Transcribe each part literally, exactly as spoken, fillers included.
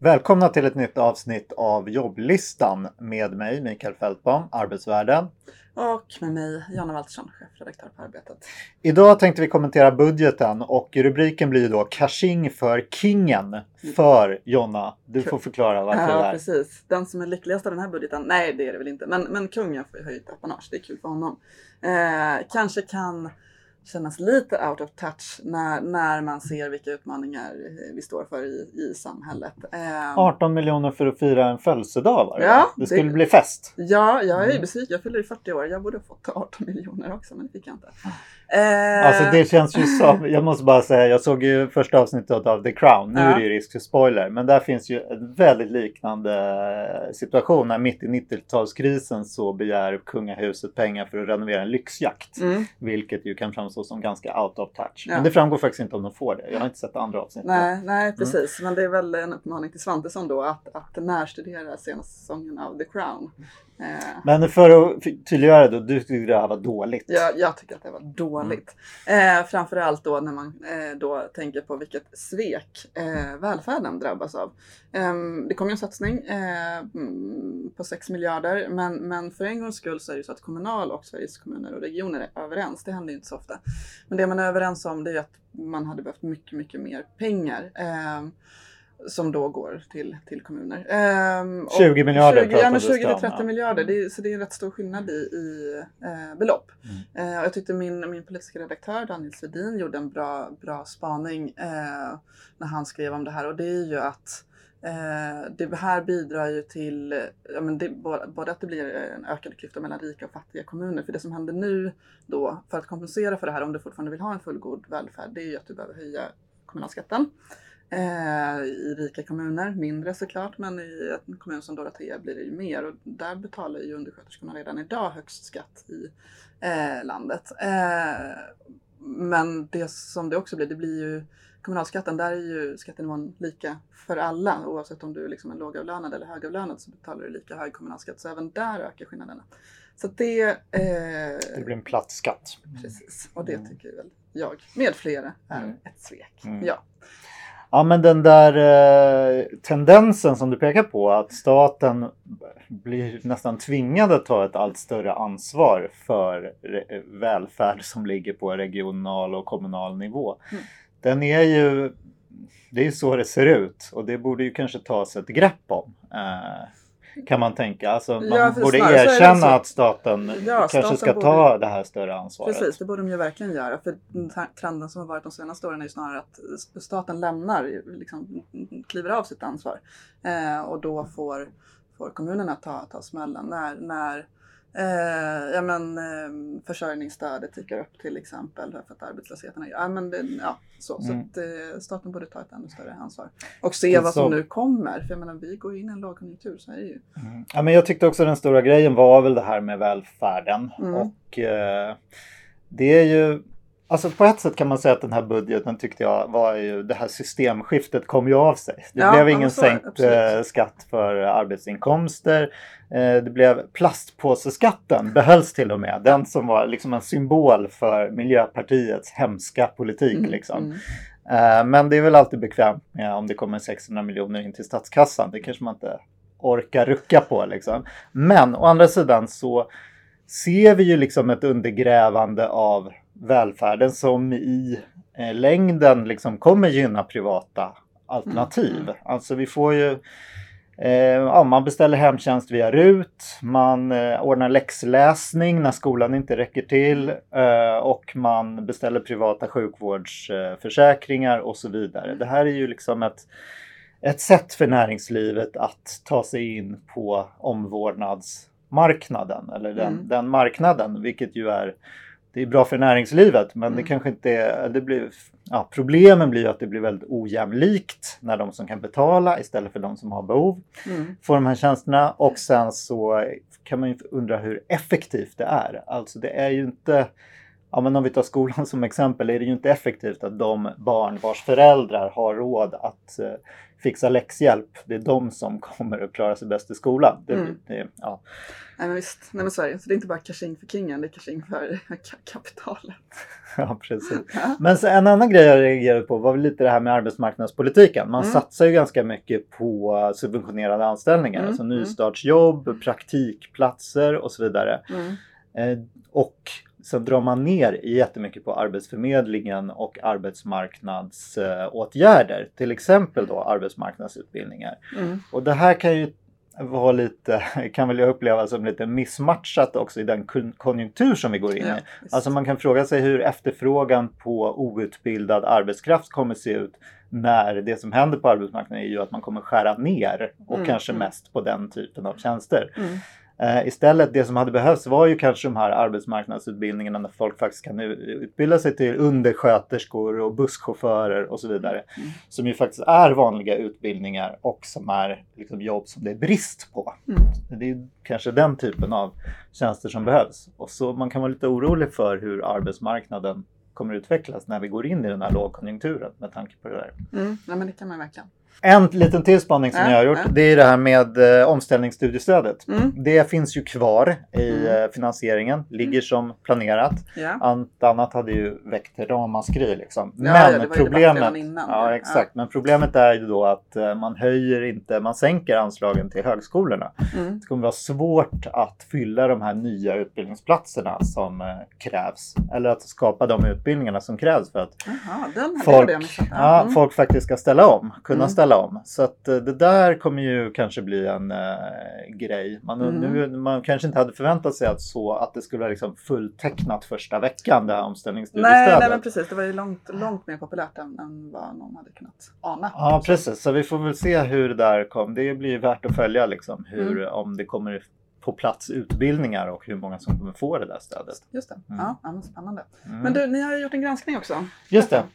Välkomna till ett nytt avsnitt av Jobblistan med mig, Mikael Fältbaum, Arbetsvärlden. Och med mig, Jonna Waltersson, chefredaktör på Arbetet. Idag tänkte vi kommentera budgeten och rubriken blir då Cashing för kingen för Jonna. Du får förklara varför ja, det är. Ja, precis. Den som är lyckligast av den här budgeten, nej det är det väl inte. Men, men kungen får ju höjt apanage, det är kul för honom. Eh, kanske kan kännas lite out of touch när, när man ser vilka utmaningar vi står för i, i samhället. Eh, arton miljoner för att fira en födelsedag var det? Ja, det skulle det, bli fest. Ja, jag är mm. besviken. Jag fyller i fyrtio år. Jag borde ha fått arton miljoner också, men det fick jag inte. Eh, alltså det känns ju som, jag måste bara säga, jag såg ju första avsnittet av The Crown. Nu ja. är det ju risk för spoiler, men där finns ju en väldigt liknande situation. När mitt i nittiotalskrisen så begär kungahuset pengar för att renovera en lyxjakt. Mm. Vilket ju kan framstå som ganska out of touch. Ja. Men det framgår faktiskt inte om de får det. Jag har inte sett andra avsnitt. Nej, nej precis. Mm. Men det är väl en uppmaning till Svantesson då att, att närstudera senaste säsongen av The Crown. Eh. Men för att tydliggöra då, du tycker det här var dåligt? Ja, jag tycker att det var dåligt. Mm. Eh, framförallt då när man eh, då tänker på vilket svek eh, välfärden drabbas av. Eh, det kom ju en satsning eh, på sex miljarder, men, men för en gångs skull så är det ju så att Kommunal och Sveriges kommuner och regioner är överens. Det händer ju inte så ofta. Men det man är överens om det är att man hade behövt mycket, mycket mer pengar. Eh, som då går till, till kommuner. Ehm, tjugo miljarder tjugo, ja, men tjugo till trettio miljarder. Det är, så det är en rätt stor skillnad i, i eh, belopp. Mm. Eh, jag tyckte min, min politiska redaktör Daniel Svedin gjorde en bra, bra spaning eh, när han skrev om det här. Och det är ju att eh, det här bidrar ju till ja, men det, både att det blir en ökad klyfta mellan rika och fattiga kommuner. För det som händer nu då, för att kompensera för det här, om du fortfarande vill ha en fullgod välfärd, det är ju att du behöver höja kommunalskatten. I rika kommuner, mindre såklart, men i en kommun som Dorotea blir det ju mer. Och där betalar ju undersköterskorna redan idag högst skatt i eh, landet. Eh, men det som det också blir, det blir ju kommunalskatten, där är ju skattenivån lika för alla. Oavsett om du är liksom en lågavlönad eller högavlönad så betalar du lika hög kommunalskatt. Så även där ökar skillnaderna. Så det... Eh, det blir en platt skatt. Precis, och det tycker väl jag med flera är mm. ett svek. Mm. Ja. Ja, men den där eh, tendensen som du pekar på, att staten blir nästan tvingad att ta ett allt större ansvar för re- välfärd som ligger på regional och kommunal nivå. Mm. Den är ju, det är ju så det ser ut och det borde ju kanske tas ett grepp om. Eh, kan man tänka. Alltså man ja, borde erkänna att staten ja, kanske staten ska borde... ta det här större ansvaret. Precis, det borde de ju verkligen göra. För trenden som har varit de senaste åren är ju snarare att staten lämnar, liksom kliver av sitt ansvar. Eh, och då får, får kommunerna ta, ta smällen. När, när eh, ja, men, eh, försörjningsstödet tycker upp till exempel för att arbetslösheten är... Ja, men det, ja, så mm. så att eh, staten borde ta ett ännu större ansvar. Och se vad som så... nu kommer. För jag menar, vi går in i en lågkonjunktur, så är det ju. Mm. Ja, men jag tyckte också den stora grejen var väl det här med välfärden. Mm. Och eh, det är ju... Alltså på ett sätt kan man säga att den här budgeten tyckte jag var ju... Det här systemskiftet kom ju av sig. Det ja, blev ingen så, sänkt absolut. skatt för arbetsinkomster. Det blev plastpåseskatten, behölls till och med. Den som var liksom en symbol för Miljöpartiets hemska politik. Mm, liksom. Mm. Men det är väl alltid bekvämt med om det kommer sexhundra miljoner in till statskassan. Det kanske man inte orkar rucka på. Liksom. Men å andra sidan så ser vi ju liksom ett undergrävande av välfärden som i eh, längden liksom kommer gynna privata alternativ. Mm. Alltså vi får ju, eh, ja, man beställer hemtjänst via R U T, man eh, ordnar läxläsning när skolan inte räcker till eh, och man beställer privata sjukvårdsförsäkringar eh, och så vidare. Det här är ju liksom ett, ett sätt för näringslivet att ta sig in på omvårdnadsmarknaden eller den, mm. den marknaden, vilket ju är det är bra för näringslivet, men mm. det kanske inte är, det blir, ja, problemen blir ju att det blir väldigt ojämlikt när de som kan betala istället för de som har behov mm. får de här tjänsterna. Och sen så kan man ju undra hur effektivt det är. Alltså det är ju inte, ja, men om vi tar skolan som exempel är det ju inte effektivt att de barn vars föräldrar har råd att eh, fixa läxhjälp, det är de som kommer att klara sig bäst i skolan. Det, Mm. det, ja. Nej men visst, nej men så är det. Så det är inte bara cashing för kingen, det är cashing för kapitalet. Ja, precis. Ja. Men så en annan grej jag reagerade på var väl lite det här med arbetsmarknadspolitiken. Man Mm. satsar ju ganska mycket på subventionerade anställningar, Mm, alltså mm. nystartsjobb, praktikplatser och så vidare. Mm. Eh, och sen drar man ner jättemycket på arbetsförmedlingen och arbetsmarknadsåtgärder, till exempel då arbetsmarknadsutbildningar. Mm. Och det här kan ju vara lite, kan väl jag uppleva som lite missmatchat också i den kon- konjunktur som vi går in Ja, i. visst. Alltså man kan fråga sig hur efterfrågan på outbildad arbetskraft kommer se ut när det som händer på arbetsmarknaden är ju att man kommer skära ner och Mm, kanske mm. mest på den typen av tjänster. Mm. Eh, istället det som hade behövts var ju kanske de här arbetsmarknadsutbildningarna när folk faktiskt kan u- utbilda sig till undersköterskor och busschaufförer och så vidare. Mm. Som ju faktiskt är vanliga utbildningar och som är liksom jobb som det är brist på. Mm. Det är ju kanske den typen av tjänster som behövs. Och så man kan vara lite orolig för hur arbetsmarknaden kommer utvecklas när vi går in i den här lågkonjunkturen med tanke på det där. Mm. Nej men det kan man verkligen. En liten tillspaning som Ja, jag har gjort, ja. det är det här med eh, omställningsstudiestödet. Mm. Det finns ju kvar i Mm. eh, finansieringen, ligger som planerat. Ja. Allt annat hade ju väckt ramaskri liksom. Ja, Men ja, det var ju debatt problemet, redan innan. ja, Ja. exakt. Men problemet är ju då att eh, man höjer inte, man sänker anslagen till högskolorna. Mm. Det kommer vara svårt att fylla de här nya utbildningsplatserna som eh, krävs. Eller att skapa de utbildningarna som krävs för att Jaha, den hade folk, jag missat. ja, Mm. folk faktiskt ska ställa om, kunna Mm. ställa om. Så att eh, det där kommer ju kanske bli en eh, grej. Man, Mm. nu, man kanske inte hade förväntat sig att, så, att det skulle vara liksom fulltecknat första veckan, det här omställningsstudiestödet. Nej, nej men precis, det var ju långt, långt mer populärt än, än vad någon hade kunnat ana. Ja, precis. Så vi får väl se hur det där kommer. Det blir ju värt att följa liksom, hur, Mm. om det kommer på plats utbildningar och hur många som kommer få det där stödet. Just det, Mm. ja, ja men spännande. Mm. Men du, ni har ju gjort en granskning också. Just det.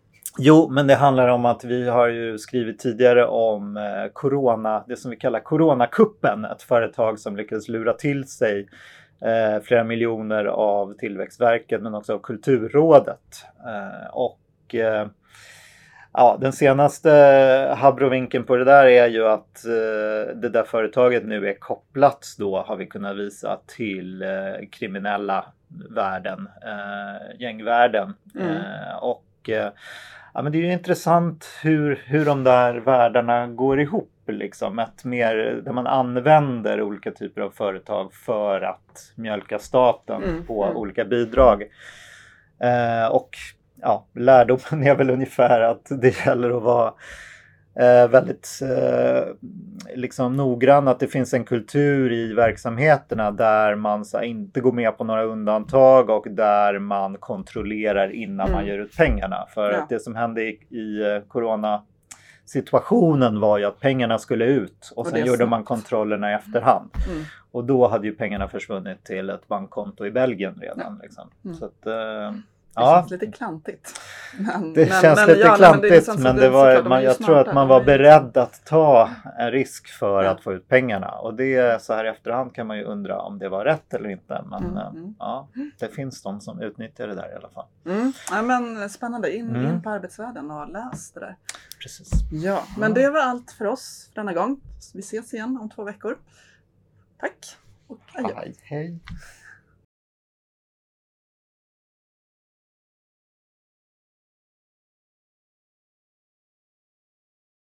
Jo, men det handlar om att vi har ju skrivit tidigare om eh, corona, det som vi kallar coronakuppen. Ett företag som lyckades lura till sig eh, flera miljoner av Tillväxtverket men också av Kulturrådet. Eh, och eh, ja, den senaste habrovinkeln på det där är ju att eh, det där företaget nu är kopplat då, har vi kunnat visa, till eh, kriminella värden, eh, gängvärden. Mm. Eh, och eh, ja, men det är ju intressant hur, hur de där världarna går ihop. Liksom. Ett mer, där man använder olika typer av företag för att mjölka staten Mm, på mm. olika bidrag. Eh, och ja, lärdomen är väl ungefär att det gäller att vara eh, väldigt eh, liksom noggrann, att det finns en kultur i verksamheterna där man så, inte går med på några undantag och där man kontrollerar innan Mm. man ger ut pengarna. För Ja. att det som hände i, i eh, corona situationen var ju att pengarna skulle ut och Och sen det är gjorde snabbt. man kontrollerna i efterhand. Mm. Och då hade ju pengarna försvunnit till ett bankkonto i Belgien redan. Liksom. Mm. Så att, eh, Det ja, känns lite klantigt. Men, det men, känns men, lite ja, nej, klantigt, det känns men så- det var, såklart, de är man, ju jag tror smarta, att man de var är ju- beredd att ta en risk för Ja. att få ut pengarna. Och det, så här i efterhand kan man ju undra om det var rätt eller inte. Men Mm, eh, mm. ja, det finns de som utnyttjar det där i alla fall. Mm. Ja, men spännande, in, Mm. in på arbetsvärlden och läs det där. Precis. Ja, men det var allt för oss för denna gång. Vi ses igen om två veckor. Tack och adjö. Hej, hej.